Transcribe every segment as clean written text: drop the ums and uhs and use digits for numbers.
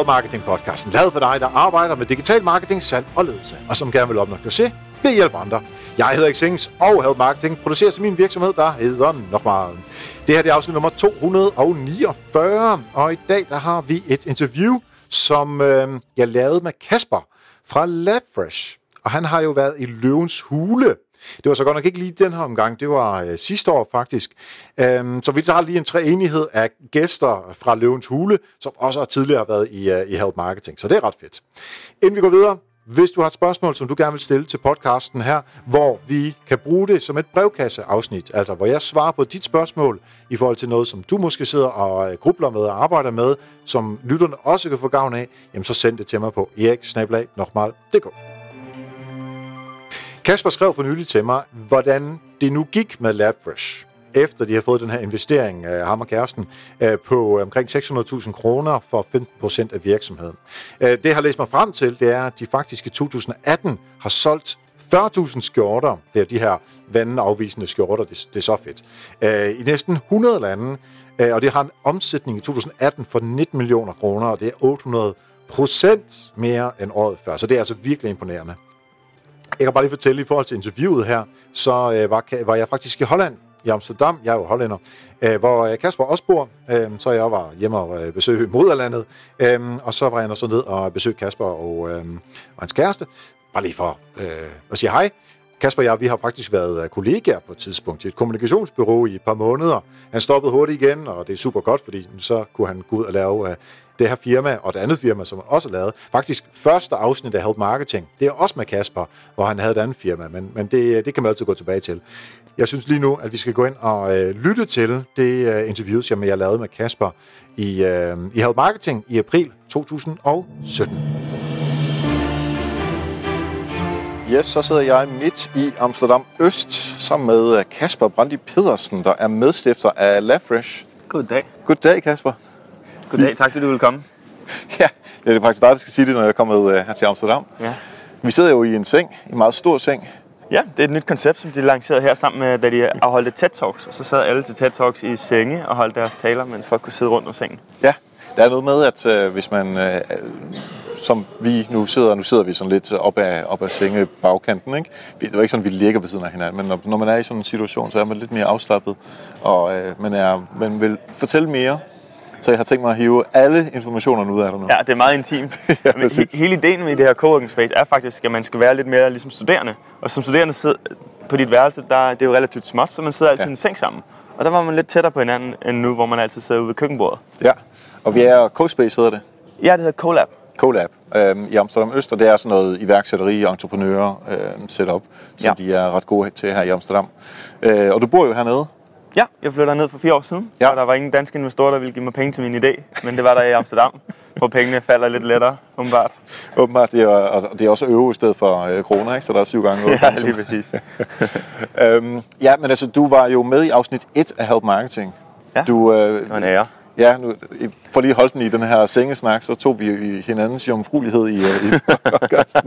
Help Marketing podcasten, lavet for dig, der arbejder med digital marketing, salg og ledelse, og som gerne vil opnå succes ved at hjælpe andre. Jeg hedder Xings, og Help Marketing produceres i min virksomhed, der hedder Nokmal. Det her er afsnit nummer 249, og i dag der har vi et interview, som jeg lavede med Kasper fra LabFresh. Og han har jo været i Løvens Hule. Det var så godt nok ikke lige den her omgang, det var sidste år faktisk. Så vi tager lige en treenighed af gæster fra Løvens Hule, som også tidligere har været i Help Marketing, så det er ret fedt. Inden vi går videre, hvis du har et spørgsmål, som du gerne vil stille til podcasten her, hvor vi kan bruge det som et brevkasseafsnit, altså hvor jeg svarer på dit spørgsmål i forhold til noget, som du måske sidder og grubler med og arbejder med, som lytterne også kan få gavn af, jamen så send det til mig på erik@nokmal.dk. Kasper skrev for nylig til mig, hvordan det nu gik med LabFresh, efter de har fået den her investering af ham og kæresten på omkring 600.000 kroner for 15% af virksomheden. Det jeg har læst mig frem til, det er, at de faktisk i 2018 har solgt 40.000 skjorter. Det er de her vandafvisende skjorter, det er så fedt. I næsten 100 lande, og det har en omsætning i 2018 for 19 millioner kroner, og det er 800% mere end året før, så det er altså virkelig imponerende. Jeg kan bare lige fortælle, i forhold til interviewet her, så var jeg faktisk i Holland, i Amsterdam. Jeg er jo hollænder, hvor Kasper også bor. Så jeg var hjemme og besøgte moderlandet, og så var jeg så ned og besøgte Kasper og hans kæreste. Bare lige for at sige hej. Kasper og jeg, vi har faktisk været kollegaer på et tidspunkt i et kommunikationsbureau i et par måneder. Han stoppede hurtigt igen, og det er super godt, fordi så kunne han gå ud og lave det her firma og det andet firma, som han også lavede. Faktisk første afsnit af Help Marketing, det er også med Kasper, hvor han havde et andet firma, men det kan man altid gå tilbage til. Jeg synes lige nu, at vi skal gå ind og lytte til det interview, som jeg lavede med Kasper i Help Marketing i april 2017. Yes, så sidder jeg midt i Amsterdam Øst sammen med Kasper Brandi Pedersen, der er medstifter af LabFresh. Goddag. Goddag, Kasper. Goddag, tak fordi du vil komme. Ja, det er faktisk dig, der skal sige det, når jeg er kommet her til Amsterdam. Ja. Vi sidder jo i en seng, en meget stor seng. Ja, det er et nyt koncept, som de lancerede her sammen med, da de afholdte TED Talks. Og så sad alle til TED Talks i senge og holdt deres taler, mens folk kunne sidde rundt om sengen. Ja, der er noget med, at hvis man, som vi nu sidder vi sådan lidt op ad senge bagkanten, ikke? Det er jo ikke sådan, vi ligger ved siden af hinanden, men når man er i sådan en situation, så er man lidt mere afslappet, og man vil fortælle mere. Så jeg har tænkt mig at hive alle informationerne ud af dig nu. Ja, det er meget intimt. Ja, hele ideen med det her coworking space er faktisk, at man skal være lidt mere ligesom studerende. Og som studerende sidder på dit værelse, det er jo relativt småt, så man sidder altid i en seng sammen. Og der var man lidt tættere på hinanden end nu, hvor man altid sidder ude ved køkkenbordet. Ja, og vi er CoSpace, hedder det? Ja, det hedder CoLab. CoLab i Amsterdam Øst, og det er sådan noget iværksætteri og entreprenører setup, som de er ret gode til her i Amsterdam. Og du bor jo hernede. Ja, jeg flyttede ned for 4 år siden, og der var ingen danske investorer, der ville give mig penge til min idé, men det var der i Amsterdam, hvor pengene falder lidt lettere, åbenbart. Åbenbart, det er også euro i stedet for kroner, ikke? Så der er 7 gange euro. Ja, lige præcis. Ja, men altså, du var jo med i afsnit 1 af Help Marketing. Ja, det var en ære. Ja, for lige at holde den i den her sengesnak, så tog vi hinandens jomfruelighed i podcasten.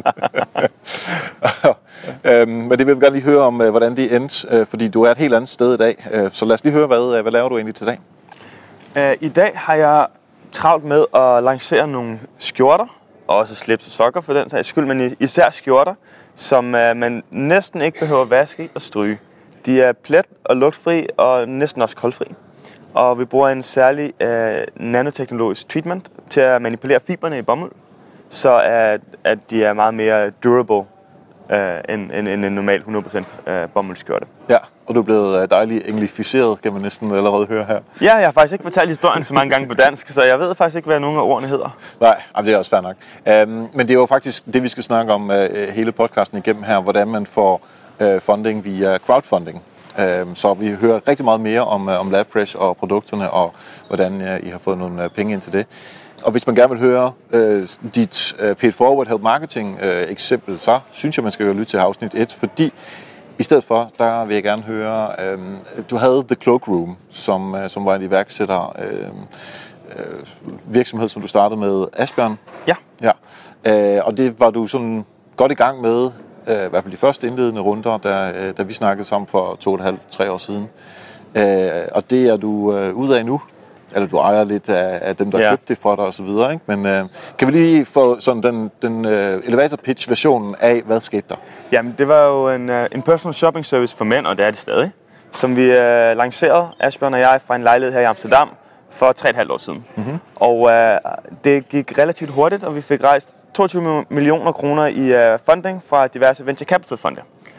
Men det vil vi gerne lige høre om, hvordan det endte, fordi du er et helt andet sted i dag. Så lad os lige høre, hvad laver du egentlig til dag? I dag har jeg travlt med at lancere nogle skjorter, og også slips og sokker for den sags skyld, men især skjorter, som man næsten ikke behøver at vaske og stryge. De er plet- og lugtfri og næsten også koldfri. Og vi bruger en særlig nanoteknologisk treatment til at manipulere fiberne i bomuld, så at de er meget mere durable end en normal 100% bomuldsskjorte. Ja, og du er blevet dejligt englificeret, kan man næsten allerede høre her. Ja, jeg har faktisk ikke fortalt historien så mange gange på dansk, så jeg ved faktisk ikke, hvad nogen af ordene hedder. Nej, det er også fair nok. Men det er jo faktisk det, vi skal snakke om hele podcasten igennem her, hvordan man får funding via crowdfunding. Så vi hører rigtig meget mere om LabFresh og produkterne, og hvordan I har fået nogle penge ind til det. Og hvis man gerne vil høre dit paid forward Help Marketing eksempel, så synes jeg, man skal lytte til afsnit 1, fordi i stedet for, der vil jeg gerne høre, du havde The Cloakroom, som var en iværksætter virksomhed, som du startede med Asbjørn. Ja. Og det var du sådan godt i gang med, i hvert fald de første indledende runder, da vi snakkede sammen for 2,5-3 år siden. Og det er du ude af nu. eller du ejer lidt af dem, der købte det for dig og så videre, ikke? Men kan vi lige få sådan den elevator pitch versionen af, hvad skete der? Jamen, det var jo en personal shopping service for mænd, og det er det stadig, som vi lancerede, Asbjørn og jeg, fra en lejlighed her i Amsterdam for 3,5 år siden. Mm-hmm. Og det gik relativt hurtigt, og vi fik rejst 22 millioner kroner i funding fra diverse venture capital fonde.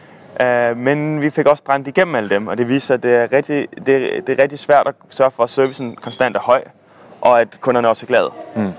Men vi fik også brændt igennem alle dem, og det viser, at det er rigtig svært at sørge for, at servicen konstant er høj, og at kunderne også er glade.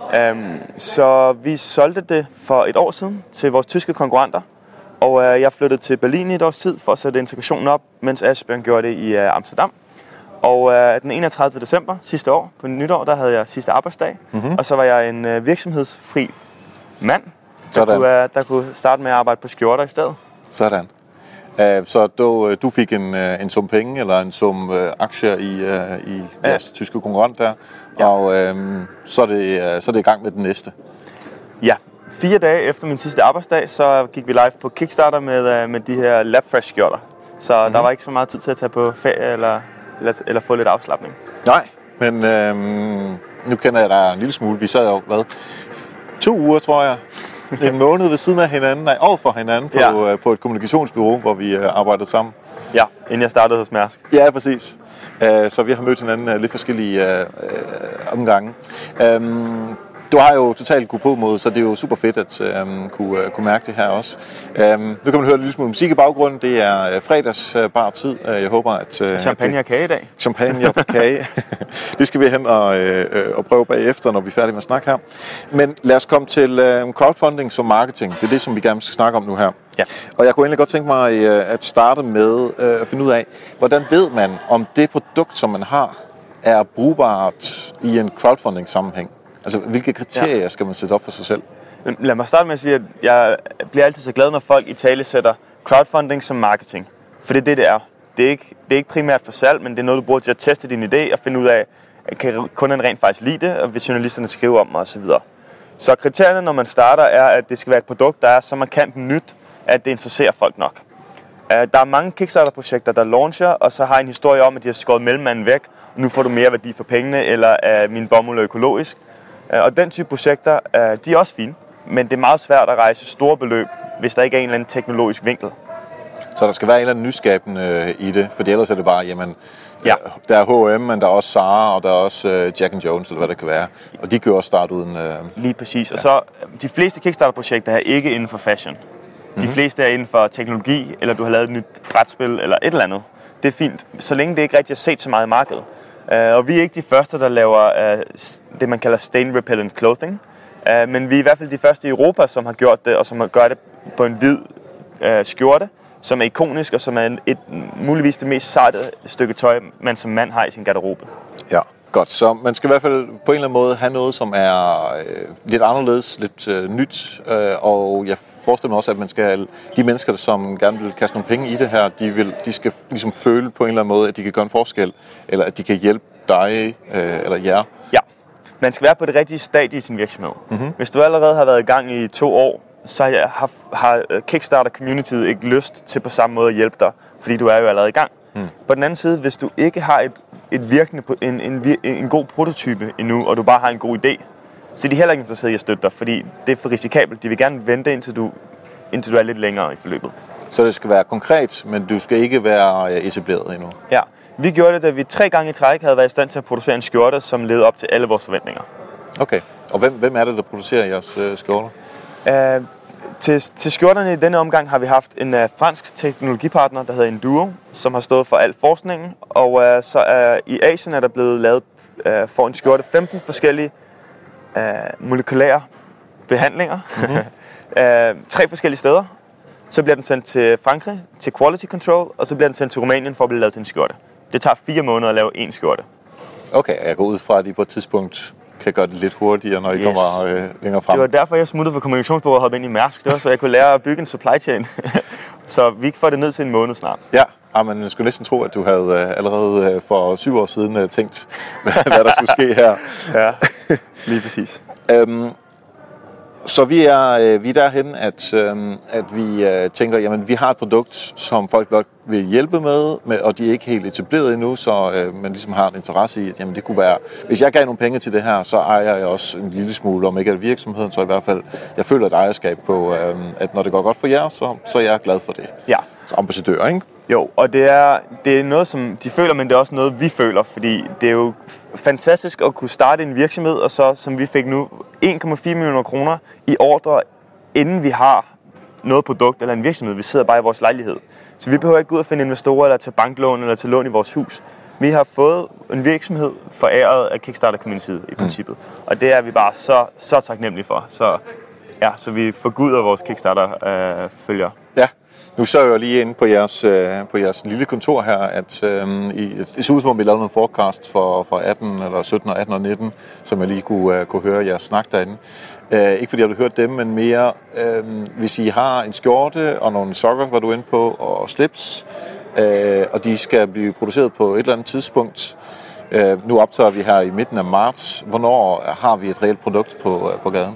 Så vi solgte det for et år siden til vores tyske konkurrenter, og jeg flyttede til Berlin i et års tid for at sætte integrationen op, mens Asbjørn gjorde det i Amsterdam. Og den 31. december sidste år, på nytår, der havde jeg sidste arbejdsdag, og så var jeg en virksomhedsfri mand, der kunne starte med at arbejde på skjorter i stedet. Sådan. Så du fik en sum penge, eller en sum aktier i jeres tyske konkurrent der, og så er det i gang med den næste. Ja, 4 dage efter min sidste arbejdsdag, så gik vi live på Kickstarter med de her LabFresh skjorter. Så der var ikke så meget tid til at tage på ferie eller få lidt afslapning. Nej, men nu kender jeg dig en lille smule. Vi sad jo, 2 uger, tror jeg. En måned ved siden af hinanden, over for hinanden på et kommunikationsbureau, hvor vi arbejdede sammen. Ja, inden jeg startede hos Mærsk. Ja, præcis. Så vi har mødt hinanden lidt forskellige omgange. Du har jo totalt gå på mod, så det er jo super fedt at kunne mærke det her også. Nu kan man høre en lille smule musik i baggrunden. Det er fredagsbar tid. Jeg håber, at... champagne og kage i dag. Champagne og kage. Det skal vi hen og prøve bagefter, når vi er færdige med at snakke her. Men lad os komme til crowdfunding som marketing. Det er det, som vi gerne skal snakke om nu her. Ja. Og jeg kunne egentlig godt tænke mig at starte med at finde ud af, hvordan ved man, om det produkt, som man har, er brugbart i en crowdfunding-sammenhæng? Altså, hvilke kriterier skal man sætte op for sig selv? Lad mig starte med at sige, at jeg bliver altid så glad, når folk i tale sætter crowdfunding som marketing. For det er det, det er. Det er ikke primært for salg, men det er noget, du bruger til at teste din idé og finde ud af, kan kunden rent faktisk lide det, og hvis journalisterne skriver om osv. Så kriterierne, når man starter, er, at det skal være et produkt, der er så markant nyt, at det interesserer folk nok. Der er mange Kickstarter-projekter, der launcher, og så har en historie om, at de har skåret mellemmanden væk, og nu får du mere værdi for pengene, eller er min bomuld økologisk. Og den type projekter, de er også fine, men det er meget svært at rejse store beløb, hvis der ikke er en eller anden teknologisk vinkel. Så der skal være en eller anden nyskabende i det, for ellers er det bare, jamen, der er H&M, men der er også Zara, og der er også Jack & Jones, eller hvad det kan være. Og de kan jo også starte uden... Lige præcis. Og så, de fleste Kickstarter-projekter er ikke inden for fashion. De fleste er inden for teknologi, eller du har lavet et nyt brætspil, eller et eller andet. Det er fint, så længe det ikke rigtig er set så meget i markedet. Og vi er ikke de første, der laver det, man kalder stain repellent clothing. Men vi er i hvert fald de første i Europa, som har gjort det, og som gør det på en hvid skjorte, som er ikonisk, og som er muligvis det mest sarte stykke tøj, man som mand har i sin garderobe. Ja, godt. Så man skal i hvert fald på en eller anden måde have noget, som er lidt anderledes, lidt nyt. Og jeg forestiller mig også, at man skal have de mennesker, som gerne vil kaste nogle penge i det her, de skal ligesom føle på en eller anden måde, at de kan gøre en forskel, eller at de kan hjælpe dig eller jer. Ja, man skal være på det rigtige stadie i sin virksomhed. Mm-hmm. Hvis du allerede har været i gang i 2 år, så har Kickstarter-communityet ikke lyst til på samme måde at hjælpe dig, fordi du er jo allerede i gang. På den anden side, hvis du ikke har et virkende, en god prototype endnu, og du bare har en god idé, så er de heller ikke interesseret i at støtte dig, fordi det er for risikabelt. De vil gerne vente, indtil du er lidt længere i forløbet. Så det skal være konkret, men du skal ikke være etableret endnu? Ja, vi gjorde det, da vi 3 gange i træk havde været i stand til at producere en skjorte, som levede op til alle vores forventninger. Okay, og hvem er det, der producerer jeres skjorter? Til skjorterne i denne omgang har vi haft en fransk teknologipartner, der hedder Enduo, som har stået for al forskningen. Og i Asien er der blevet lavet for en skjorte 15 forskellige molekylære behandlinger. Mm-hmm. 3 forskellige steder. Så bliver den sendt til Frankrig, til Quality Control, og så bliver den sendt til Rumænien for at blive lavet til en skjorte. Det tager 4 måneder at lave en skjorte. Okay, jeg går ud fra, at de på et tidspunkt kan gøre det lidt hurtigere, når I kommer længere frem. Det var derfor, jeg smuttede fra kommunikationsbureauet og hoppede ind i Mærsk. Det var, så jeg kunne lære at bygge en supply chain. Så vi får det ned til en måned snart. Ja, men jeg skulle næsten tro, at du havde allerede for 7 år siden tænkt, hvad der skulle ske her. Ja, lige præcis. Så vi er derhen, at vi tænker, jamen vi har et produkt, som folk godt vil hjælpe med, og de er ikke helt etableret endnu, så man ligesom har en interesse i, at jamen, det kunne være, hvis jeg gav nogle penge til det her, så ejer jeg også en lille smule, om ikke af virksomheden, så i hvert fald, jeg føler et ejerskab på, at når det går godt for jer, så er jeg glad for det. Ja. Så ambassadør, ikke? Jo, og det er noget, som de føler, men det er også noget, vi føler, fordi det er jo fantastisk at kunne starte en virksomhed, og så, som vi fik nu, 1,4 millioner kroner i ordre, inden vi har noget produkt eller en virksomhed. Vi sidder bare i vores lejlighed. Så vi behøver ikke gå ud og finde investorer, eller tage banklån, eller tage lån i vores hus. Vi har fået en virksomhed foræret af Kickstarter-communityet i princippet. Og det er vi bare så taknemmelige for. Så vi forguder vores Kickstarter-følgere. Ja. Nu så jeg jo lige inde på jeres lille kontor her, at i så ud som om vi lavede nogle forecast for 18 eller 17 og 18 og 19, som jeg lige kunne høre jeres snak derinde. Ikke fordi jeg ville hørt dem, men mere, hvis I har en skjorte og nogle sokker, var du inde på, og slips, og de skal blive produceret på et eller andet tidspunkt. Nu optager vi her i midten af marts. Hvornår har vi et reelt produkt på gaden?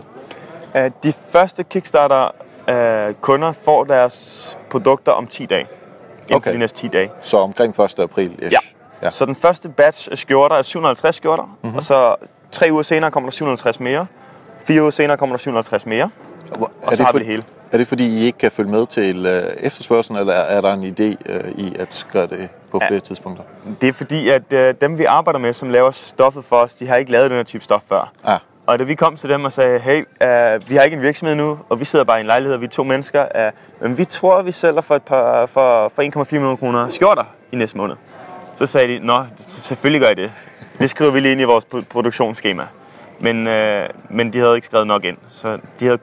De første Kickstarter kunder får deres produkter om 10 dage. Inden for de næste 10 dage. Så omkring 1. april? Ja. Så den første batch af skjorter er 750 skjorter, og så 3 uger senere kommer der 750 mere. 4 uger senere kommer der 750 mere, og så har vi det hele. Er det fordi, I ikke kan følge med til efterspørgslen, eller er der en idé i at gøre det på flere tidspunkter? Det er fordi, at dem vi arbejder med, som laver stoffet for os, de har ikke lavet den her type stof før. Og da vi kom til dem og sagde, hey, vi har ikke en virksomhed nu, og vi sidder bare i en lejlighed, og vi er 2 mennesker, men vi tror, vi sælger for 1,4 millioner kroner skjorter i næste måned. Så sagde de, nå, selvfølgelig gør I det. Det skriver vi lige ind i vores produktionsskema. Men de havde ikke skrevet nok ind, så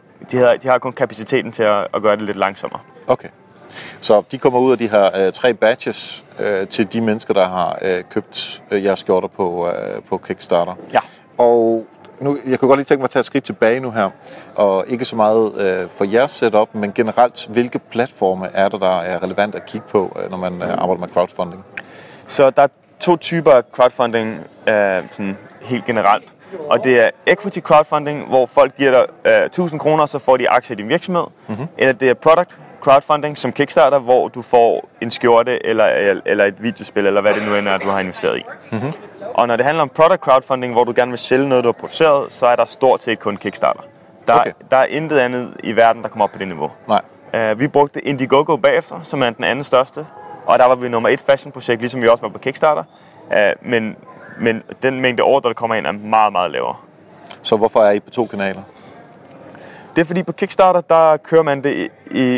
de har kun kapaciteten til at gøre det lidt langsommere. Okay. Så de kommer ud af de her 3 batches til de mennesker, der har købt jeres skjorter på Kickstarter. Ja. Og nu, jeg kunne godt lige tænke mig at tage et skridt tilbage nu her, og ikke så meget for jeres setup, men generelt, hvilke platforme er der er relevant at kigge på, når man arbejder med crowdfunding? Så der er 2 typer af crowdfunding sådan helt generelt. Og det er equity crowdfunding, hvor folk giver dig 1.000 kroner, så får de aktier i din virksomhed. Mm-hmm. Eller det er product crowdfunding som Kickstarter, hvor du får en skjorte eller et videospil, eller hvad det nu end er, du har investeret i. Mm-hmm. Og når det handler om product crowdfunding, hvor du gerne vil sælge noget, du har produceret, så er der stort set kun Kickstarter. Der er intet andet i verden, der kommer op på det niveau. Nej. Vi brugte Indiegogo bagefter, som er den anden største. Og der var vi nummer 1 fashion-projekt, ligesom vi også var på Kickstarter. Men den mængde ordre, der kommer ind, er meget, meget lavere. Så hvorfor er I på 2 kanaler? Det er fordi på Kickstarter, der kører man det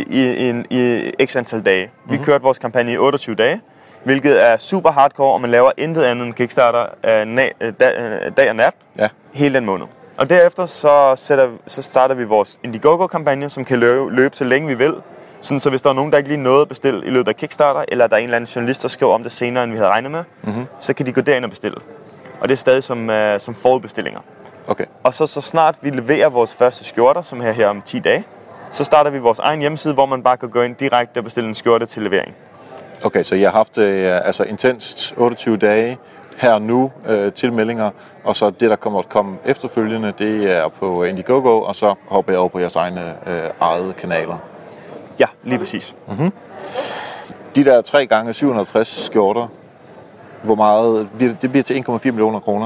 i x antal dage. Vi kørte vores kampagne i 28 dage, hvilket er super hardcore, og man laver intet andet end Kickstarter dag og nat hele den måned. Og derefter så starter vi vores Indiegogo-kampagne, som kan løbe så længe vi vil. Sådan, så hvis der er nogen, der ikke lige nåede at bestille i løbet af Kickstarter, eller der er en eller anden journalist, der skriver om det senere, end vi havde regnet med, så kan de gå derind og bestille. Og det er stadig som forudbestillinger. Okay. Og så snart vi leverer vores første skjorter, som her om 10 dage, så starter vi vores egen hjemmeside, hvor man bare kan gå ind direkte og bestille en skjorte til levering. Okay, så I har haft intenst 28 dage her nu tilmeldinger, og så det, der kommer at komme efterfølgende, det er på Indiegogo, og så hopper jeg over på jeres egne ejede kanaler. Ja, lige præcis. Mm-hmm. De der 3 gange 750 skjorter, hvor meget det bliver til 1,4 millioner kroner?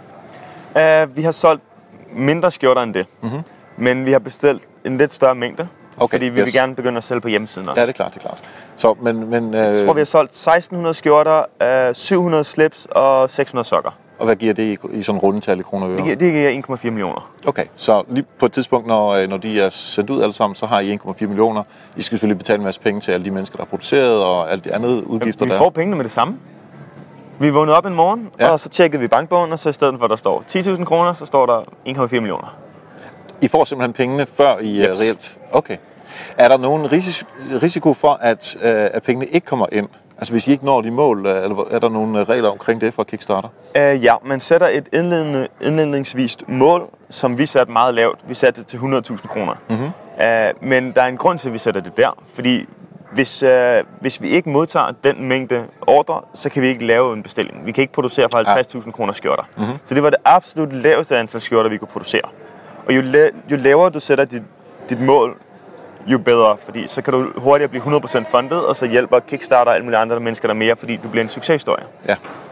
Vi har solgt mindre skjorter end det, men vi har bestilt en lidt større mængde, fordi vi vil gerne begynde at sælge på hjemmesiden også. Ja, det er klart. Så, jeg tror, vi har solgt 1.600 skjorter, 700 slips og 600 sokker. Og hvad giver det i sådan rundetal i kroner og øre? Det giver 1,4 millioner. Okay, så lige på et tidspunkt, når de er sendt ud alle sammen, så har I 1,4 millioner. I skal selvfølgelig betale en masse penge til alle de mennesker, der er produceret, og alle de andre udgifter der. Vi får pengene med det samme. Vi vågnede op en morgen, og så tjekkede vi bankbogen, og så i stedet for, der står 10.000 kroner, så står der 1,4 millioner. I får simpelthen pengene, før I reelt? Okay. Er der nogen risiko for, at pengene ikke kommer ind? Altså hvis I ikke når de mål, eller er der nogle regler omkring det for Kickstarter? Ja, man sætter et indledningsvist mål, som vi satte meget lavt. Vi satte det til 100.000 kroner. Mm-hmm. Men der er en grund til, at vi sætter det der, fordi hvis vi ikke modtager den mængde ordre, så kan vi ikke lave en bestilling. Vi kan ikke producere for 50.000 kroner skjorter. Mm-hmm. Så det var det absolut laveste antal skjorter, vi kunne producere. Og jo lavere du sætter dit mål, jo bedre, fordi så kan du hurtigere blive 100% fundet, og så hjælper Kickstarter og alle mulige andre mennesker der mere, fordi du bliver en succeshistorie. Ja.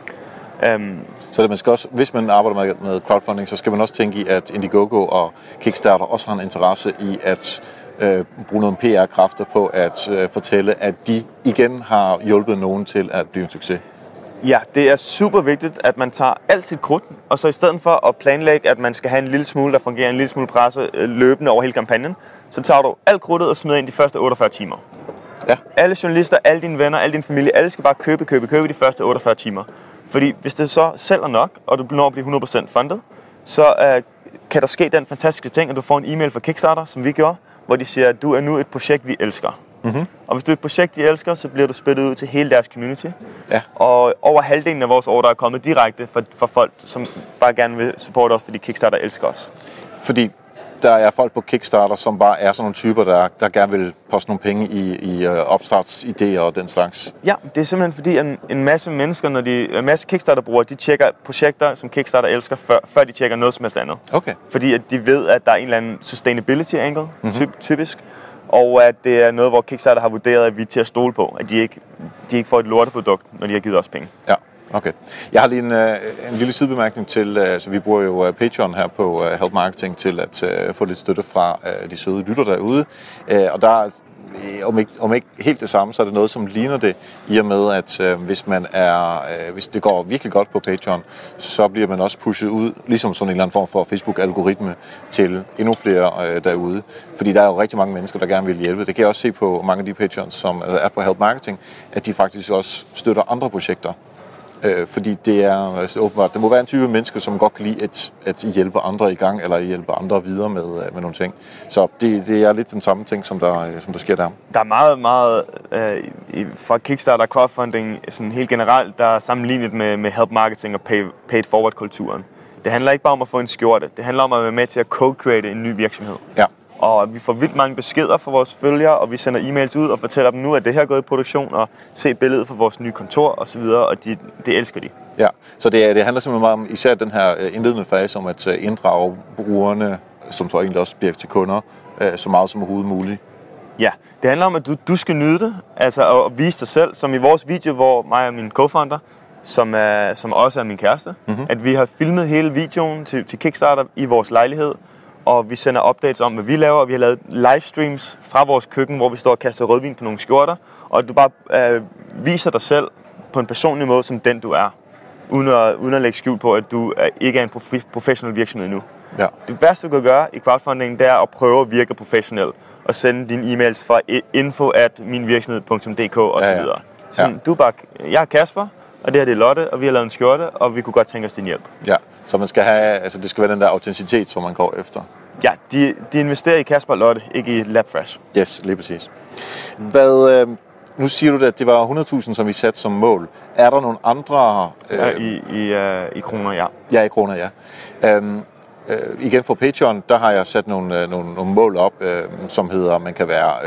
Så man skal også, hvis man arbejder med crowdfunding, så skal man også tænke i, at Indiegogo og Kickstarter også har en interesse i at bruge nogle PR-kræfter på at fortælle, at de igen har hjulpet nogen til at blive en succes. Ja, det er super vigtigt, at man tager alt sit krudt, og så i stedet for at planlægge, at man skal have en lille smule, der fungerer, en lille smule presse løbende over hele kampagnen, så tager du alt krudtet og smider ind de første 48 timer. Ja. Alle journalister, alle dine venner, alle din familie, alle skal bare købe de første 48 timer. Fordi hvis det så sælger nok, og du når at blive 100% fundet, så kan der ske den fantastiske ting, at du får en e-mail fra Kickstarter, som vi gjorde, hvor de siger, at du er nu et projekt, vi elsker. Mm-hmm. Og hvis du er et projekt, de elsker, så bliver du spillet ud til hele deres community. Ja. Og over halvdelen af vores ordre er kommet direkte fra folk, som bare gerne vil supporte os, fordi Kickstarter elsker os. Fordi der er folk på Kickstarter, som bare er sådan nogle typer, der gerne vil poste nogle penge i opstartsidéer og den slags. Ja, det er simpelthen fordi, en masse mennesker, en masse Kickstarter-brugere, de tjekker projekter, som Kickstarter elsker, før de tjekker noget som helst andet. Okay. Fordi at de ved, at der er en eller anden sustainability angle, typisk. Og at det er noget, hvor Kickstarter har vurderet, at vi er til at stole på. At de ikke får et lorteprodukt, når de har givet os penge. Ja, okay. Jeg har lige en lille sidebemærkning til, så vi bruger jo Patreon her på Help Marketing til at få lidt støtte fra de søde lytter derude. Og der om ikke helt det samme, så er det noget, som ligner det, i og med, at hvis det går virkelig godt på Patreon, så bliver man også pushet ud, ligesom sådan en eller anden form for Facebook-algoritme, til endnu flere derude. Fordi der er jo rigtig mange mennesker, der gerne vil hjælpe. Det kan jeg også se på mange af de Patreons, som er på Help Marketing, at de faktisk også støtter andre projekter. Fordi det er åbenbart, det må være en type mennesker, som godt kan lide at hjælpe andre i gang, eller hjælpe andre videre med nogle ting. Så det er lidt den samme ting, som der sker der. Der er meget fra Kickstarter crowdfunding sådan helt generelt, der er sammenlignet med help marketing og paid forward kulturen. Det handler ikke bare om at få en skjorte. Det handler om at være med til at co-create en ny virksomhed. Ja. Og vi får vildt mange beskeder fra vores følgere, og vi sender e-mails ud og fortæller dem nu, at det her er gået i produktion, og se billedet fra vores nye kontor osv., og det elsker de. Ja, så det handler simpelthen meget om især den her indledende fase om at inddrage brugerne, som så egentlig også bliver til kunder, så meget som overhovedet muligt. Ja, det handler om, at du skal nyde det, altså at vise dig selv, som i vores video, hvor mig og min co-founder, som også er min kæreste, at vi har filmet hele videoen til Kickstarter i vores lejlighed, og vi sender updates om, hvad vi laver, og vi har lavet livestreams fra vores køkken, hvor vi står og kaster rødvin på nogle skjorter, og du bare viser dig selv på en personlig måde, som den du er, uden at lægge skjul på, at du ikke er en professionel virksomhed nu. Ja. Det værste, du kan gøre i crowdfunding, det er at prøve at virke professionel, og sende dine e-mails fra info@minvirksomhed.dk osv. Ja. Så jeg er Kasper, og det her det er Lotte, og vi har lavet en skjorte, og vi kunne godt tænke os din hjælp. Ja, så man skal have, altså det skal være den der autenticitet, som man går efter. Ja, de investerer i Kasper og Lotte, ikke i LabFresh. Yes, lige præcis. Nu siger du, at det var 100.000, som vi satte som mål. Er der nogle andre... I kroner, ja. Ja, i kroner, ja. Igen for Patreon, der har jeg sat nogle mål op, som hedder, man kan være...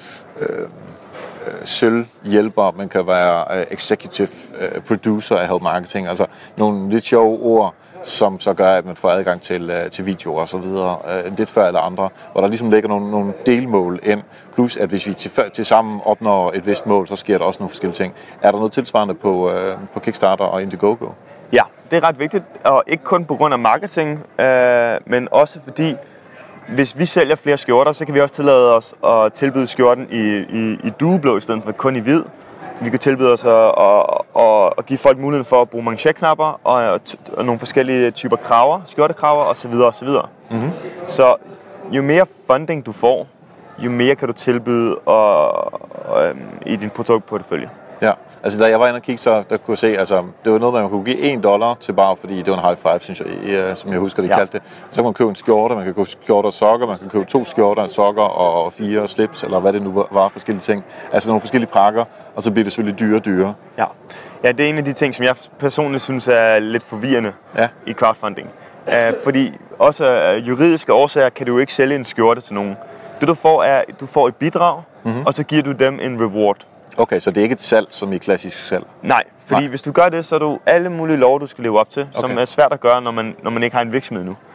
sølvhjælper, man kan være executive producer af Help Marketing, altså nogle lidt sjove ord, som så gør, at man får adgang til videoer og så videre, lidt før eller andre, hvor der ligesom ligger nogle delmål ind, plus at hvis vi til sammen opnår et vist mål, så sker der også nogle forskellige ting. Er der noget tilsvarende på Kickstarter og Indiegogo? Ja, det er ret vigtigt, og ikke kun på grund af marketing, men også fordi hvis vi sælger flere skjorter, så kan vi også tillade os at tilbyde skjorten i dueblå i stedet for kun i hvid. Vi kan tilbyde os at give folk muligheden for at bruge manchetknapper og nogle forskellige typer kraver, skjortekraver osv. osv. Mm-hmm. Så jo mere funding du får, jo mere kan du tilbyde i din produktportefølje. Ja, altså da jeg var inde og kigge, så der kunne jeg se, altså det var noget, man kunne give $1 til bare, fordi det var en high five, synes jeg, som jeg husker, de kaldte det. Så kan man købe en skjorte, man kan købe skjorter og sokker, man kan købe 2 skjorter, sokker og 4 slips, eller hvad det nu var, forskellige ting. Altså nogle forskellige pakker, og så bliver det selvfølgelig dyrere. Ja, det er en af de ting, som jeg personligt synes er lidt forvirrende i crowdfunding. Fordi også af juridiske årsager kan du jo ikke sælge en skjorte til nogen. Det du får er, at du får et bidrag, og så giver du dem en reward. Okay, så det er ikke et salg, som i klassisk salg? Nej, fordi hvis du gør det, så er du alle mulige love, du skal leve op til, som er svært at gøre, når man ikke har en virksomhed nu.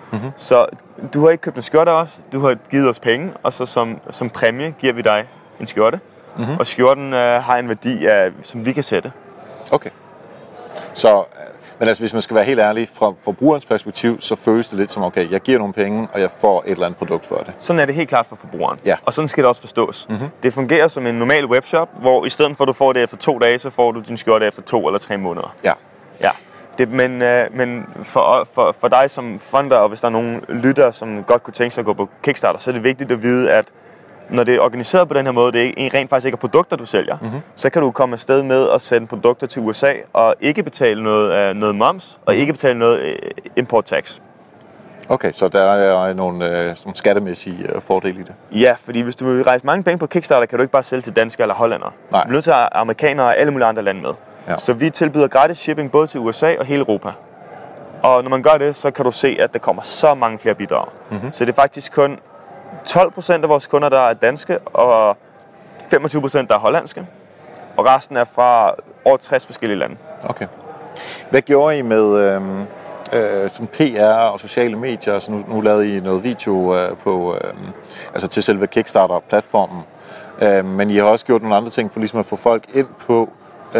Mm-hmm. Så du har ikke købt en skjorte af os, du har givet os penge, og så som præmie giver vi dig en skjorte. Mm-hmm. Og skjorten har en værdi, som vi kan sætte. Okay. Så, men altså, hvis man skal være helt ærlig, fra forbrugerens perspektiv, så føles det lidt som, okay, jeg giver nogle penge, og jeg får et eller andet produkt for det. Sådan er det helt klart for forbrugeren. Ja. Og sådan skal det også forstås. Mm-hmm. Det fungerer som en normal webshop, hvor i stedet for, at du får det efter 2 dage, så får du din skjorte efter 2 eller 3 måneder. Ja. Ja. Men for dig som funder, og hvis der er nogle lyttere, som godt kunne tænke sig at gå på Kickstarter, så er det vigtigt at vide, at når det er organiseret på den her måde, det er rent faktisk ikke er produkter, du sælger, så kan du komme afsted med at sende produkter til USA og ikke betale noget moms og ikke betale noget import tax. Okay, så der er nogle skattemæssige fordele i det? Ja, fordi hvis du vil rejse mange penge på Kickstarter, kan du ikke bare sælge til danskere eller hollændere. Nej. Du er nødt til at have amerikanere og alle mulige andre lande med. Ja. Så vi tilbyder gratis shipping både til USA og hele Europa. Og når man gør det, så kan du se, at der kommer så mange flere bidrag. Mm-hmm. Så det er faktisk kun 12% af vores kunder, der er danske, og 25% der er hollandske. Og resten er fra over 60 forskellige lande. Okay. Hvad gjorde I med som PR og sociale medier? Altså nu lavede I noget video altså til selve Kickstarter-platformen. Men I har også gjort nogle andre ting for ligesom at få folk ind på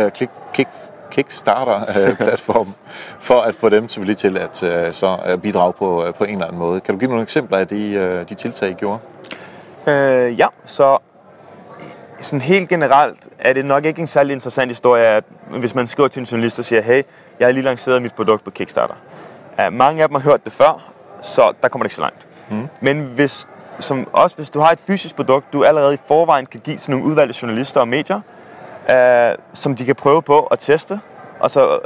Kickstarter-platformen, for at få dem selvfølgelig til at bidrage på en eller anden måde. Kan du give nogle eksempler af de tiltag, I gjorde? Ja, så sådan helt generelt er det nok ikke en særlig interessant historie, at hvis man skriver til en journalist og siger, hey, jeg har lige lanceret mit produkt på Kickstarter. Mange af dem har hørt det før, så der kommer det ikke så langt. Mm. Men hvis du har et fysisk produkt, du allerede i forvejen kan give til nogle udvalgte journalister og medier, som de kan prøve på at teste, og så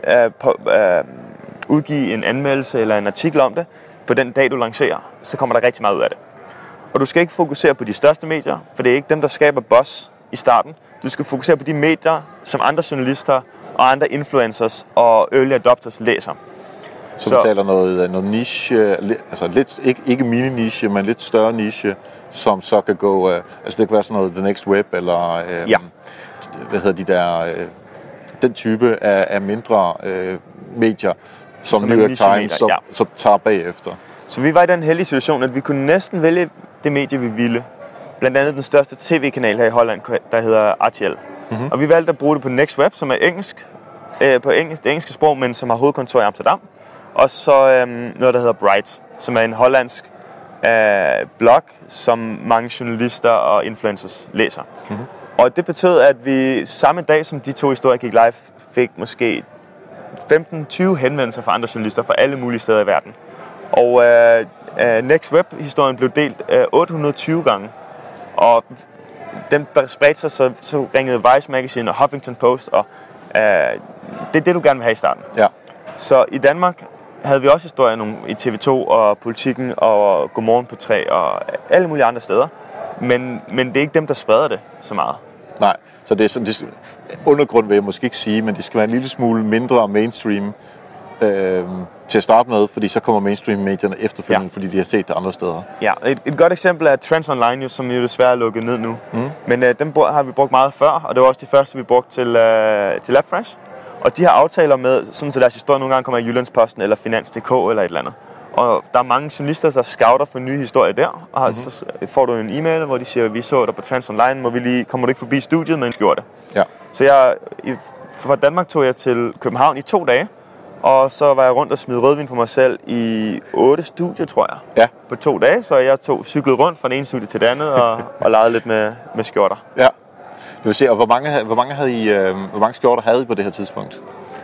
udgive en anmeldelse eller en artikel om det på den dag, du lancerer, så kommer der rigtig meget ud af det. Og du skal ikke fokusere på de største medier, for det er ikke dem, der skaber buzz i starten. Du skal fokusere på de medier, som andre journalister og andre influencers og early adopters læser. Så du taler noget niche, altså lidt, ikke mini-niche, men lidt større niche, som så kan gå, altså det kan være sådan noget The Next Web, eller hvad hedder de der, den type af mindre medier, som New York Times, som tager bagefter. Så vi var i den heldige situation, at vi kunne næsten vælge det medie, vi ville. Blandt andet den største tv-kanal her i Holland, der hedder RTL. Mm-hmm. Og vi valgte at bruge det på Next Web, som er engelsk, på det engelske sprog, men som har hovedkontor i Amsterdam. Og så noget, der hedder Bright, som er en hollandsk blog, som mange journalister og influencers læser. Mm-hmm. Og det betød, at vi samme dag, som de 2 historier gik live, fik måske 15-20 henvendelser fra andre journalister fra alle mulige steder i verden. Og Next Web-historien blev delt 820 gange. Og den spredte sig, så ringede Vice Magazine og Huffington Post, og det er det, du gerne vil have i starten. Ja. Så i Danmark havde vi også historier i TV2 og Politikken og Godmorgen på 3 og alle mulige andre steder. Men det er ikke dem, der spreder det så meget. Nej, så det er sådan, undergrund vil jeg måske ikke sige, men det skal være en lille smule mindre mainstream til at starte med, fordi så kommer mainstream-medierne efterfølgende, fordi de har set det andre steder. Ja, et godt eksempel er Trends Online, som jo desværre er lukket ned nu. Mm. Men dem har vi brugt meget før, og det var også de første, vi brugte til LabFresh. Og de har aftaler med, sådan så deres historie nogle gange kommer i Jyllandsposten eller Finans.dk eller et eller andet. Og der er mange journalister, der scouter for nye historier der, og så får du en e-mail, hvor de siger, vi så dig på Trends Online, kommer du ikke forbi studiet, men gjorde det. Ja. Så fra Danmark tog jeg til København i 2 dage, og så var jeg rundt og smed rødvin på mig selv i 8 studier, tror jeg. Ja. På 2 dage, så jeg cyklede rundt fra den ene studie til det andet, og legede lidt med skjorter. Ja. Du vil se, og hvor mange skjorter havde I på det her tidspunkt?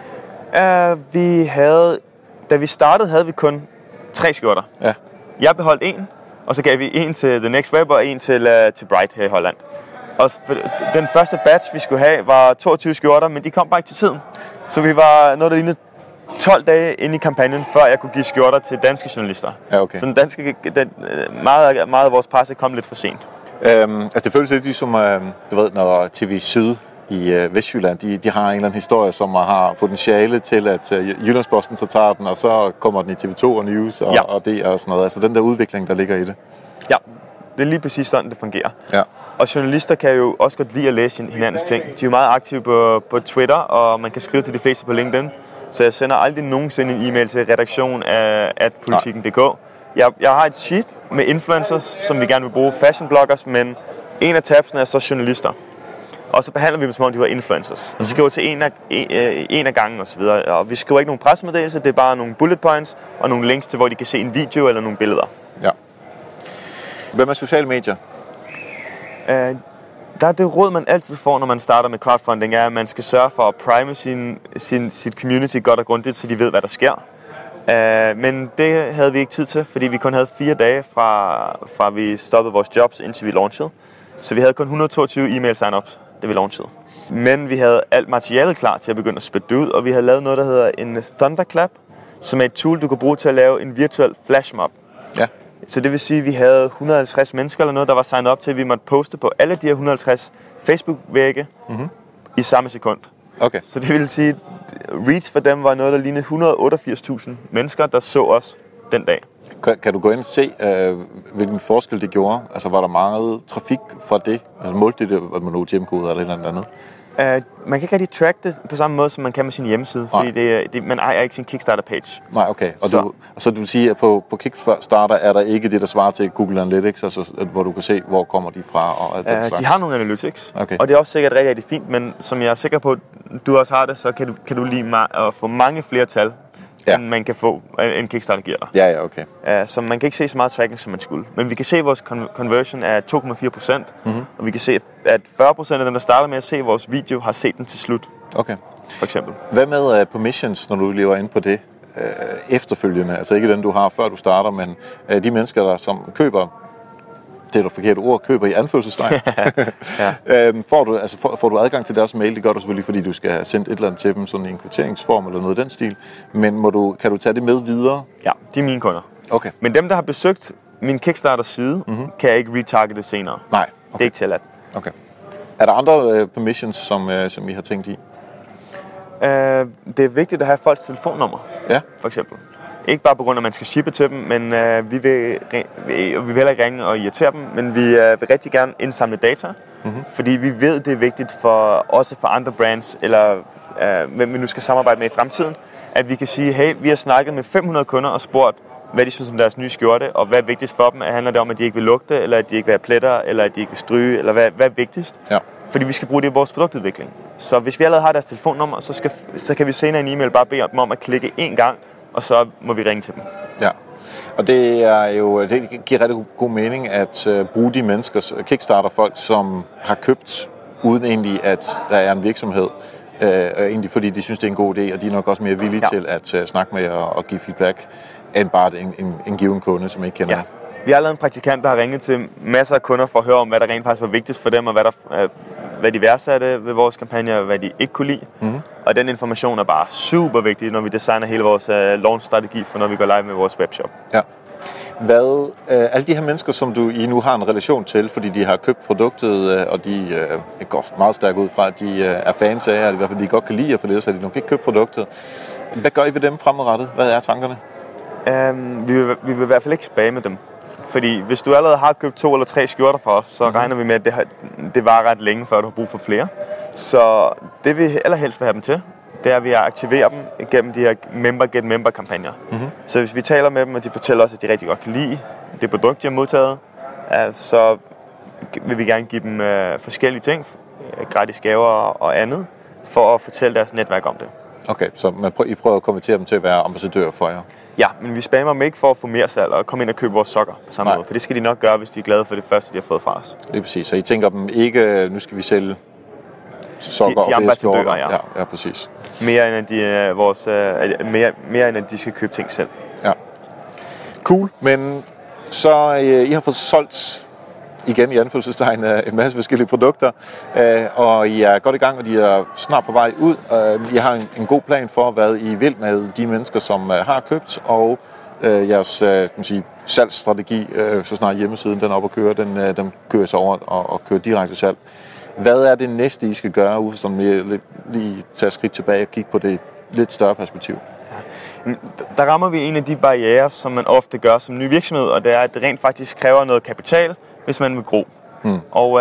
Da vi startede, havde vi kun 3 skjorter. Ja. Jeg beholdt 1, og så gav vi 1 til The Next Web og 1 til Bright her i Holland. Og den første batch, vi skulle have, var 22 skjorter, men de kom bare ikke til tiden. Så vi var noget, der lignede 12 dage inde i kampagnen, før jeg kunne give skjorter til danske journalister. Ja, okay. Så meget af vores presse kom lidt for sent. Altså det føles lidt ligesom, du ved, når TV Syd i Vestjylland, de har en eller anden historie, som har potentiale til, at Jyllandsposten så tager den, og så kommer den i TV2 og News og det og sådan noget. Altså den der udvikling, der ligger i det. Ja, det er lige præcis sådan, det fungerer. Ja. Og journalister kan jo også godt lide at læse hinandens ting. De er jo meget aktive på Twitter, og man kan skrive til de fleste på LinkedIn. Så jeg sender aldrig nogensinde en e-mail til redaktion af politikken.dk. Jeg har et sheet med influencers, som vi gerne vil bruge, fashion bloggers, men en af tabsene er så journalister. Og så behandler vi dem, som om de var influencers. Og så skriver til en af gangen og så videre. Og vi skriver ikke nogen pressemeddelelse, det er bare nogle bullet points og nogle links til, hvor de kan se en video eller nogle billeder. Ja. Hvad med sociale medier? Der er det råd, man altid får, når man starter med crowdfunding, er, at man skal sørge for at prime sit community godt og grundigt, så de ved, hvad der sker. Men det havde vi ikke tid til, fordi vi kun havde 4 dage fra vi stoppede vores jobs, indtil vi launchede. Så vi havde kun 122 e-mail sign-ups, da vi launchede. Men vi havde alt materialet klar til at begynde at spytte ud, og vi havde lavet noget, der hedder en Thunderclap, som er et tool, du kan bruge til at lave en virtuel flashmob. Ja. Så det vil sige, at vi havde 150 mennesker eller noget, der var signet op til, at vi måtte poste på alle de her 150 Facebook-vægge i samme sekund. Okay. Så det vil sige, at reach for dem var noget, der lignede 188.000 mennesker, der så os den dag. Kan du gå ind og se, hvilken forskel det gjorde? Altså, var der meget trafik fra det? Altså, målte det med nogle gem-koder eller et eller andet? Man kan ikke rigtig track det på samme måde, som man kan med sin hjemmeside, fordi man ejer ikke sin Kickstarter-page. Nej, okay. Så du vil sige, at på Kickstarter er der ikke det, der svarer til Google Analytics, altså, hvor du kan se, hvor kommer de fra? Og den slags. De har nogle analytics, okay. Og det er også sikkert rigtig, rigtig fint, men som jeg er sikker på, du også har det, så kan du lide at få mange flere tal, end man kan få, end Kickstarter giver dig. Ja, okay. Så man kan ikke se så meget tracking, som man skulle. Men vi kan se, at vores conversion er 2,4%, og vi kan se, at 40% af dem, der starter med at se vores video, har set den til slut. Okay. For eksempel. Hvad med permissions, når du lever ind på det efterfølgende? Altså ikke den, du har, før du starter, men de mennesker, der som køber, det er det forkerte ord, køber i anførselstegn. Får du adgang til deres mail? Det gør du selvfølgelig, fordi du skal have sendt et eller andet til dem, sådan en kvitteringsform eller noget i den stil. Men kan du tage det med videre? Ja, de er mine kunder. Okay. Men dem, der har besøgt min Kickstarter-side, kan jeg ikke retargete senere. Nej. Okay. Det er ikke tilladt. Okay. Er der andre permissions, som I har tænkt i? Det er vigtigt at have folks telefonnummer, for eksempel. Ikke bare på grund af, at man skal shippe til dem, men vi vil heller ikke ringe og irritere dem, men vi vil rigtig gerne indsamle data, fordi vi ved, det er vigtigt også for andre brands, eller hvem vi nu skal samarbejde med i fremtiden, at vi kan sige, hey, vi har snakket med 500 kunder og spurgt, hvad de synes om deres nye skjorte, og hvad er vigtigst for dem. Handler det om, at de ikke vil lugte, eller at de ikke vil have pletter, eller at de ikke vil stryge, eller hvad er vigtigst? Ja. Fordi vi skal bruge det i vores produktudvikling. Så hvis vi allerede har deres telefonnummer, så kan vi senere en e-mail bare bede dem om at klikke én gang, og så må vi ringe til dem. Ja, og det giver rigtig god mening at bruge de menneskers Kickstarter-folk, som har købt, uden egentlig at der er en virksomhed, egentlig fordi de synes, det er en god idé, og de er nok også mere villige til at snakke med og give feedback, end bare en given kunde, som ikke kender. Ja. Vi har lavet en praktikant, der har ringet til masser af kunder for at høre om, hvad der rent faktisk var vigtigst for dem, og hvad de værdsatte ved vores kampagne, og hvad de ikke kunne lide. Og den information er bare super vigtig, når vi designer hele vores launch-strategi for, når vi går live med vores webshop. Ja. Alle de her mennesker, som I nu har en relation til, fordi de har købt produktet, og de går meget stærkt ud fra, at de er fans af, eller i hvert fald de godt kan lide jer for det, så de nok ikke købt produktet. Hvad gør I ved dem fremadrettet? Hvad er tankerne? Vi vil i hvert fald ikke spamme dem. Fordi hvis du allerede har købt 2 eller 3 skjorter fra os, så regner vi med, at det varer ret længe, før du har brug for flere. Så det vi allerhelst vil have dem til, det er, at vi aktiverer dem gennem de her member-get-member-kampagner. Så hvis vi taler med dem, og de fortæller os, at de rigtig godt kan lide det produkt, de har modtaget, så vil vi gerne give dem forskellige ting, gratis gaver og andet, for at fortælle deres netværk om det. Okay, så I prøver at konvertere dem til at være ambassadører for jer? Ja, men vi spammer dem ikke for at få mere salg og komme ind og købe vores sokker på samme måde. For det skal de nok gøre, hvis de er glade for det første, de har fået fra os. Det er præcis. Så I tænker dem ikke, nu skal vi sælge sokker de og flere skjorter? Ja, præcis. Mere end at de skal købe ting selv. Ja. Cool, men så I har fået solgt igen i anførselstegn en masse forskellige produkter, og I er godt i gang, og de er snart på vej ud. I har en god plan for, hvad I vil med de mennesker, som har købt, og jeres salgsstrategi, så snart hjemmesiden den er op at køre, den kører sig over og kører direkte salg. Hvad er det næste, I skal gøre, ude som lige tage skridt tilbage og kigge på det lidt større perspektiv? Der rammer vi en af de barrierer, som man ofte gør som ny virksomhed, og det er, at det rent faktisk kræver noget kapital, hvis man vil gro. Og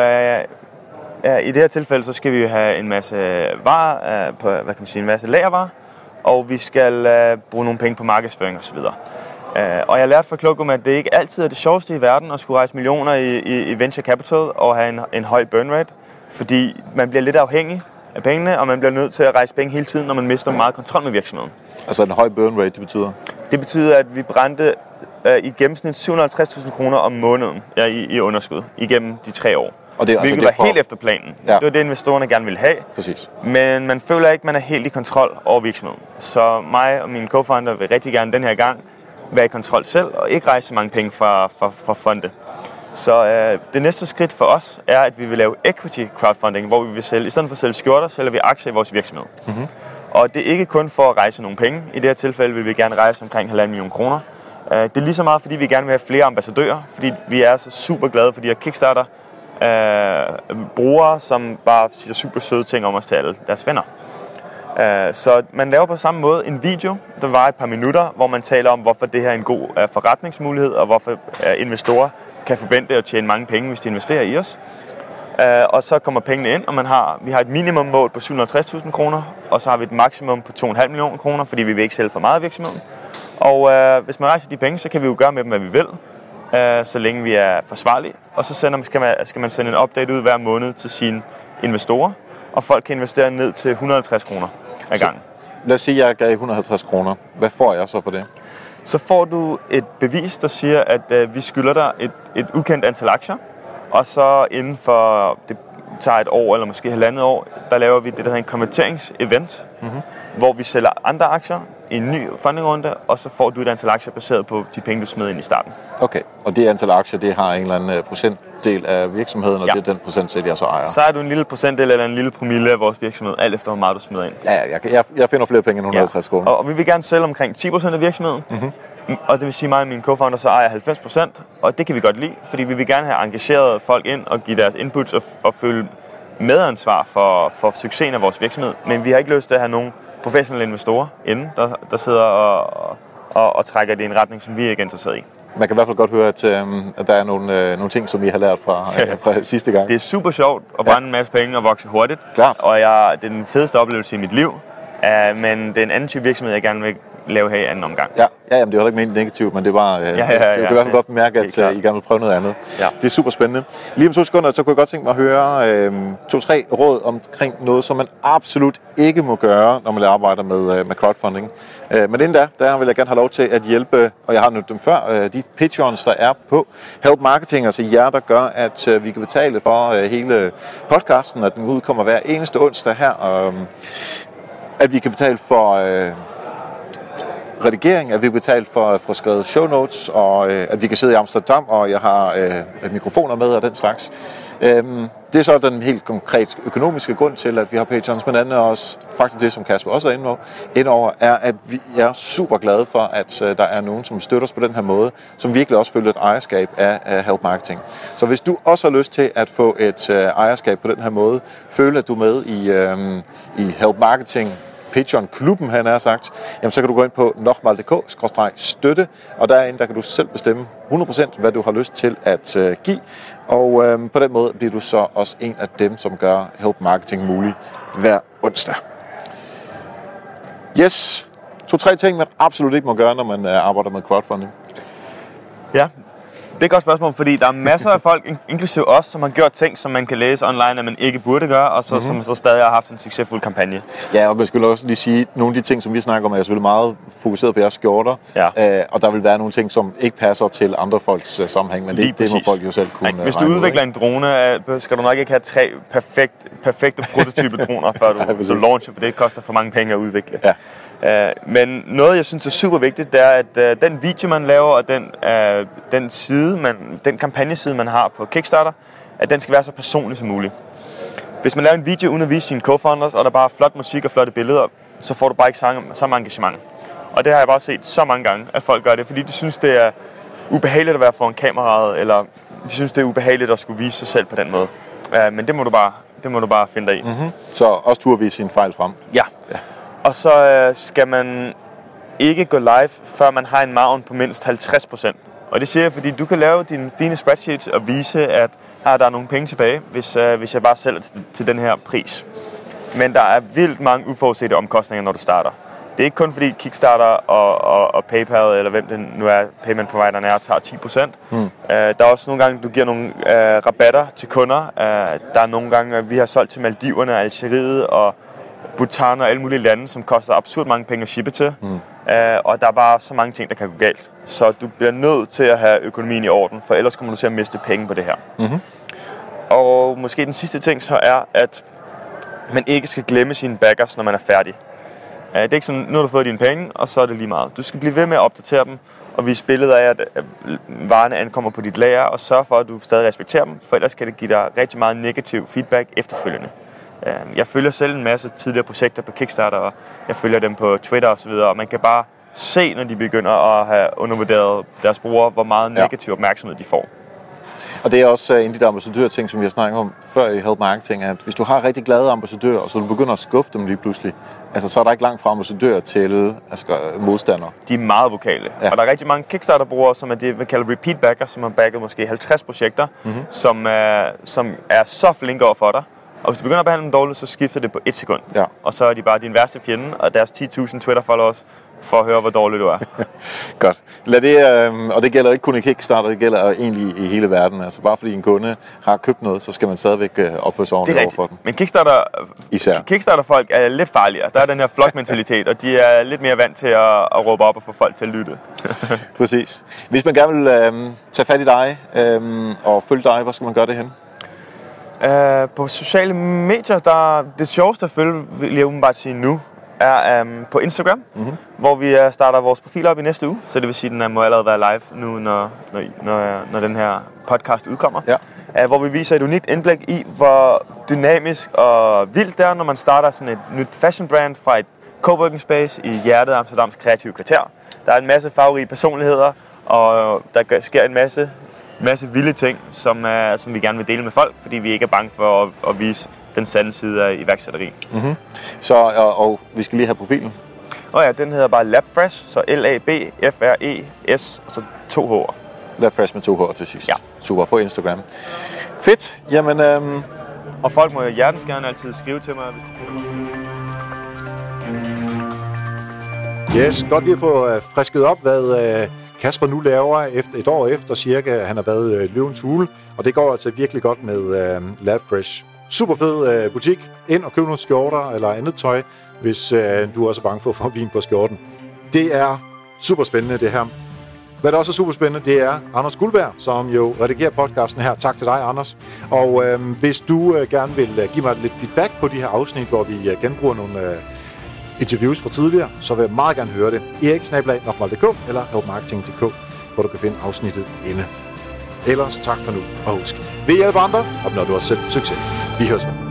i det her tilfælde, så skal vi have en masse varer, en masse lagervarer, og vi skal bruge nogle penge på markedsføring osv. Og jeg lærte fra Klogum, at det ikke altid er det sjoveste i verden at skulle rejse millioner i venture capital og have en høj burn rate, fordi man bliver lidt afhængig af pengene, og man bliver nødt til at rejse penge hele tiden, når man mister meget kontrol med virksomheden. Altså en høj burn rate, det betyder? Det betyder, at vi brændte i gennemsnit 750.000 kroner om måneden i underskud igennem de 3 år. Og det, hvilket var helt efter planen. Ja. Det var det, investorerne gerne ville have. Præcis. Men man føler ikke, man er helt i kontrol over virksomheden. Så mig og mine co-founder vil rigtig gerne den her gang være i kontrol selv, og ikke rejse så mange penge fra fonde. Så det næste skridt for os er, at vi vil lave equity crowdfunding, hvor vi vil sælge, i stedet for at sælge skjorter, sælger vi aktier i vores virksomhed. Mm-hmm. Og det er ikke kun for at rejse nogle penge. I det her tilfælde vil vi gerne rejse omkring 1,5 million kroner. Det er lige så meget, fordi vi gerne vil have flere ambassadører, fordi vi er så super glade for de her Kickstarter brugere, som bare siger super søde ting om os til alle deres venner. Så man laver på samme måde en video, der var et par minutter, hvor man taler om, hvorfor det her er en god forretningsmulighed, og hvorfor investorer kan forvente at tjene mange penge, hvis de investerer i os. Og så kommer pengene ind, og vi har et minimummål på 750.000 kroner, og så har vi et maksimum på 2,5 millioner kroner, fordi vi vil ikke sælge for meget af virksomheden. Og hvis man rejser de penge, så kan vi jo gøre med dem, hvad vi vil, så længe vi er forsvarlige. Og så skal man sende en update ud hver måned til sine investorer, og folk kan investere ned til 150 kroner ad gangen. Lad os sige, at jeg gav 150 kroner. Hvad får jeg så for det? Så får du et bevis, der siger, at vi skylder dig et ukendt antal aktier, og så inden for, det tager et år eller måske 1,5 år, der laver vi det, der hedder en konverteringsevent, hvor vi sælger andre aktier i en ny fundingrunde, og så får du et antal aktier baseret på de penge, du smed ind i starten. Okay, og det antal aktier, det har en eller anden procentdel af virksomheden, og det er den procentdel, jeg så ejer? Så er du en lille procentdel eller en lille promille af vores virksomhed, alt efter hvor meget du smider ind. Ja, jeg finder flere penge end 150 kroner. Og vi vil gerne sælge omkring 10% af virksomheden, og det vil sige, mig og mine co-founder så ejer 90%, og det kan vi godt lide, fordi vi vil gerne have engageret folk ind og give deres inputs og føle medansvar for succesen af vores virksomhed, men vi har ikke lyst til at have nogen professionelle investorer inde, der sidder og trækker det i en retning, som vi ikke er interesseret i. Man kan i hvert fald godt høre, at der er nogle ting, som vi har lært fra sidste gang. Det er super sjovt at brænde en masse penge og vokse hurtigt. Klart. Og det er den fedeste oplevelse i mit liv. Men det er en anden type virksomhed, jeg gerne vil lave her i anden omgang. Ja, jamen, det er heller ikke ment negativt, men det er bare... Du kan i hvert fald godt bemærke, at I gerne vil prøve noget andet. Ja. Det er super spændende. Lige om 2 sekunder, så kunne jeg godt tænke mig at høre 2-3 råd omkring noget, som man absolut ikke må gøre, når man arbejder med crowdfunding. Men inden der vil jeg gerne have lov til at hjælpe, og jeg har nævnt dem før, de Patreons, der er på Help Marketing, altså jer, der gør, at vi kan betale for hele podcasten, at den udkommer hver eneste onsdag her, at vi kan betale for redigering, at vi kan betale for skrevet show notes, og at vi kan sidde i Amsterdam, og jeg har mikrofoner med og den slags. Det er så den helt konkret økonomiske grund til, at vi har Patreons, men andet også faktisk det, som Kasper også er inde over, er, at vi er super glade for, at der er nogen, som støtter os på den her måde, som virkelig også føler et ejerskab af Help Marketing. Så hvis du også har lyst til at få et ejerskab på den her måde, føle, at du er med i Help Marketing, Patreon-klubben, han har sagt, jamen så kan du gå ind på nokmal.dk/støtte, og derinde der kan du selv bestemme 100% hvad du har lyst til at give, og på den måde bliver du så også en af dem, som gør Help Marketing mulig hver onsdag. Yes, 2-3 ting, man absolut ikke må gøre, når man arbejder med crowdfunding. Ja, det er et godt spørgsmål, fordi der er masser af folk, inklusive os, som har gjort ting, som man kan læse online, at man ikke burde gøre, og som så stadig har haft en succesfuld kampagne. Ja, og man skulle også lige sige, nogle af de ting, som vi snakker om, er selvfølgelig meget fokuseret på jeres skjorter, og der vil være nogle ting, som ikke passer til andre folks sammenhæng, men det må folk jo selv kunne. Hvis du udvikler en drone, skal du nok ikke have 3 perfekte prototype droner, før du launcher, for det koster for mange penge at udvikle. Ja. Men noget, jeg synes er super vigtigt, det er, at den video, man laver, og den kampagneside, man har på Kickstarter, at den skal være så personlig som muligt. Hvis man laver en video uden at vise sine co-founders, og der bare er flot musik og flotte billeder, så får du bare ikke samme engagement. Og det har jeg bare set så mange gange, at folk gør det, fordi de synes, det er ubehageligt at være foran kameraet, eller de synes, det er ubehageligt at skulle vise sig selv på den måde. Men det må du bare finde dig i. Mm-hmm. Så også turde vise sine fejl frem? Ja. Og så skal man ikke gå live, før man har en margin på mindst 50%. Og det siger jeg, fordi du kan lave dine fine spreadsheets og vise, at der er nogle penge tilbage, hvis jeg bare sælger til den her pris. Men der er vildt mange uforudsete omkostninger, når du starter. det er ikke kun fordi Kickstarter og PayPal, eller hvem det nu er, payment provideren er, tager 10%. Der er også nogle gange, du giver nogle rabatter til kunder. Der er nogle gange, vi har solgt til Maldiverne, Algeriet og Bhutan og alle mulige lande, som koster absurd mange penge at shippe til. Og der er bare så mange ting, der kan gå galt. Så du bliver nødt til at have økonomien i orden, for ellers kommer du til at miste penge på det her. Og måske den sidste ting så er, at man ikke skal glemme sine backers, når man er færdig. Det er ikke sådan, nu har du fået dine penge, og så er det lige meget. Du skal blive ved med at opdatere dem, og vise billeder af, at varerne ankommer på dit lager, og sørge for, at du stadig respekterer dem, for ellers kan det give dig rigtig meget negativ feedback efterfølgende. Jeg følger selv en masse tidligere projekter på Kickstarter, og jeg følger dem på Twitter osv., og man kan bare se, når de begynder at have undervurderet deres brugere, hvor meget negativ opmærksomhed de får. Og det er også en af de ambassadørting, som vi har snakket om før i Help Marketing, at hvis du har rigtig glade ambassadører, og så du begynder at skuffe dem lige pludselig, altså så er der ikke langt fra ambassadører til modstandere. De er meget vokale. Ja. Og der er rigtig mange Kickstarter-brugere, som er det, vi kalder repeat backer, som har backet måske 50 projekter, som er så flinke over for dig. Og hvis du begynder at behandle dem dårligt, så skifter det på 1 sekund. Ja. Og så er de bare din værste fjende, og deres 10.000 Twitter-followers, for at høre, hvor dårlig du er. Godt. Lad det, og det gælder ikke kun i Kickstarter, det gælder egentlig i hele verden. Altså bare fordi en kunde har købt noget, så skal man stadigvæk opføre sig ordentligt over for den. Men Kickstarter-folk er lidt farligere. Der er den her flokmentalitet, og de er lidt mere vant til at råbe op og få folk til at lytte. Præcis. Hvis man gerne vil tage fat i dig og følge dig, hvor skal man gøre det hen? På sociale medier, det sjoveste at følge, vil jeg umiddelbart sige nu, er på Instagram, hvor vi starter vores profiler op i næste uge. Så det vil sige, at den må allerede være live nu, når den her podcast udkommer. Ja. Hvor vi viser et unikt indblik i, hvor dynamisk og vildt det er, når man starter sådan et nyt fashion brand fra et coworking space i hjertet af Amsterdams kreative kvarter. Der er en masse farverige personligheder, og der sker en masse vilde ting, som vi gerne vil dele med folk, fordi vi ikke er bange for at vise den sande side af iværksætteri. Så, og vi skal lige have profilen. Den hedder bare LabFresh, så LABFRES, og så 2 H'er. LabFresh med 2 H'er til sidst. Ja. Super, på Instagram. Fedt, jamen... Og folk må jo hjertens gerne altid skrive til mig, hvis de føler mig. Yes, godt lige at få frisket op, hvad Kasper nu laver et år efter cirka. Han har været Løvens Hule, og det går altså virkelig godt med LabFresh. Super fed butik. Ind og køb nogle skjorter eller andet tøj, hvis du også er bange for at få vin på skjorten. Det er super spændende, det her. Hvad der også er super spændende, det er Anders Guldberg, som jo redigerer podcasten her. Tak til dig, Anders. Og hvis du gerne vil give mig lidt feedback på de her afsnit, hvor vi genbruger nogle interviews fra tidligere, så vil jeg meget gerne høre det. erik@nokmal.dk eller helpmarketing.dk, hvor du kan finde afsnittet inde. Ellers tak for nu, og husk, vil hjælpe andre, opnår du også selv succes. Vi høres med.